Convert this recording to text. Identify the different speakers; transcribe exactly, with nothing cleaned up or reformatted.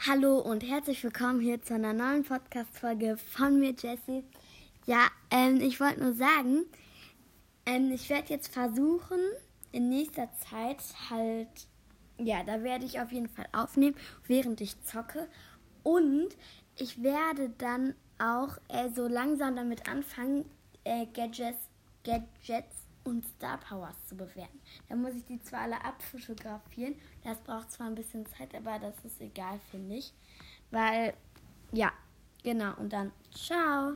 Speaker 1: Hallo und herzlich willkommen hier zu einer neuen Podcast-Folge von mir, Jessie. Ja, ähm, ich wollte nur sagen, ähm, ich werde jetzt versuchen, in nächster Zeit halt, ja, da werde ich auf jeden Fall aufnehmen, während ich zocke. Und ich werde dann auch äh, so langsam damit anfangen, äh, Gadgets, Gadgets und Star Powers zu bewerten. Da muss ich die zwar alle abfotografieren, das braucht zwar ein bisschen Zeit, aber das ist egal, finde ich. Weil, ja, genau, und dann ciao.